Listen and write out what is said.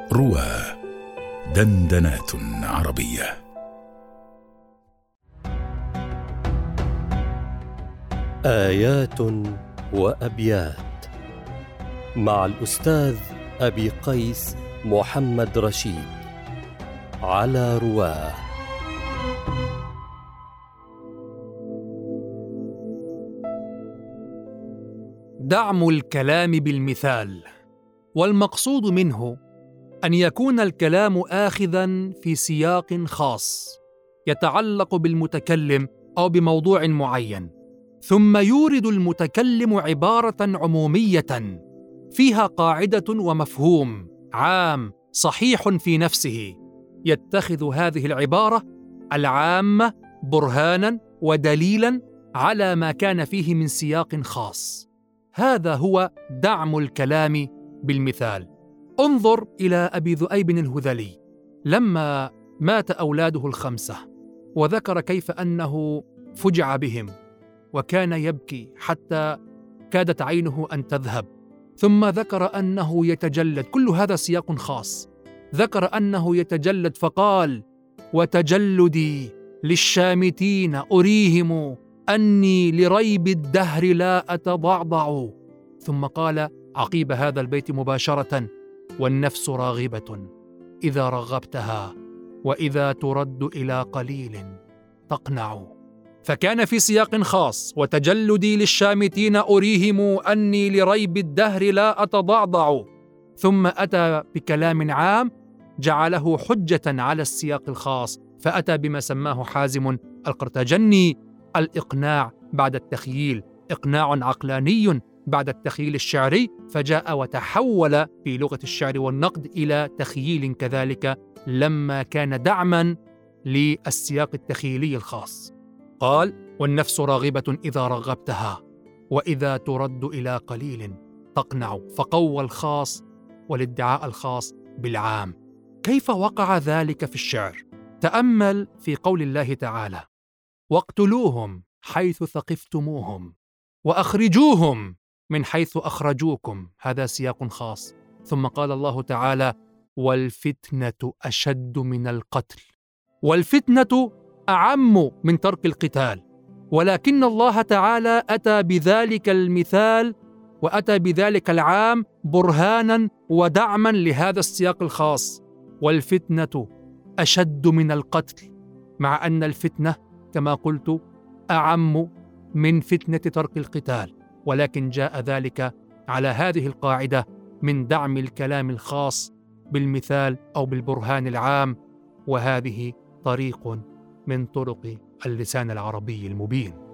روى دندنات عربية. آيات وأبيات مع الأستاذ أبي قيس محمد رشيد على رواه. دعم الكلام بالمثال، والمقصود منه أن يكون الكلام آخذاً في سياق خاص يتعلق بالمتكلم أو بموضوع معين، ثم يورد المتكلم عبارة عمومية فيها قاعدة ومفهوم عام صحيح في نفسه، يتخذ هذه العبارة العامة برهاناً ودليلاً على ما كان فيه من سياق خاص. هذا هو دعم الكلام بالمثال. انظر إلى أبي ذؤيب الهذلي لما مات أولاده الخمسة، وذكر كيف أنه فجع بهم وكان يبكي حتى كادت عينه أن تذهب، ثم ذكر أنه يتجلد، كل هذا سياق خاص، ذكر أنه يتجلد فقال: وتجلدي للشامتين أريهم أني لريب الدهر لا أتضعضع. ثم قال عقيب هذا البيت مباشرة: والنفس راغبة إذا رغبتها وإذا ترد إلى قليل تقنع. فكان في سياق خاص: وتجلدي للشامتين أريهم أني لريب الدهر لا أتضعضع، ثم أتى بكلام عام جعله حجة على السياق الخاص، فأتى بما سماه حازم القرطاجني الإقناع بعد التخييل، إقناع عقلاني بعد التخييل الشعري، فجاء وتحول في لغة الشعر والنقد إلى تخييل كذلك لما كان دعما للسياق التخيلي الخاص. قال: والنفس راغبة إذا رغبتها وإذا ترد إلى قليل تقنع، فقوى الخاص والادعاء الخاص بالعام. كيف وقع ذلك في الشعر؟ تأمل في قول الله تعالى: واقتلوهم حيث ثقفتموهم وأخرجوهم من حيث أخرجوكم، هذا سياق خاص. ثم قال الله تعالى: والفتنة أشد من القتل. والفتنة أعم من ترك القتال، ولكن الله تعالى أتى بذلك المثال وأتى بذلك العام برهانا ودعما لهذا السياق الخاص. والفتنة أشد من القتل، مع أن الفتنة كما قلت أعم من فتنة ترك القتال، ولكن جاء ذلك على هذه القاعدة من دعم الكلام الخاص بالمثال أو بالبرهان العام، وهذه طريق من طرق اللسان العربي المبين.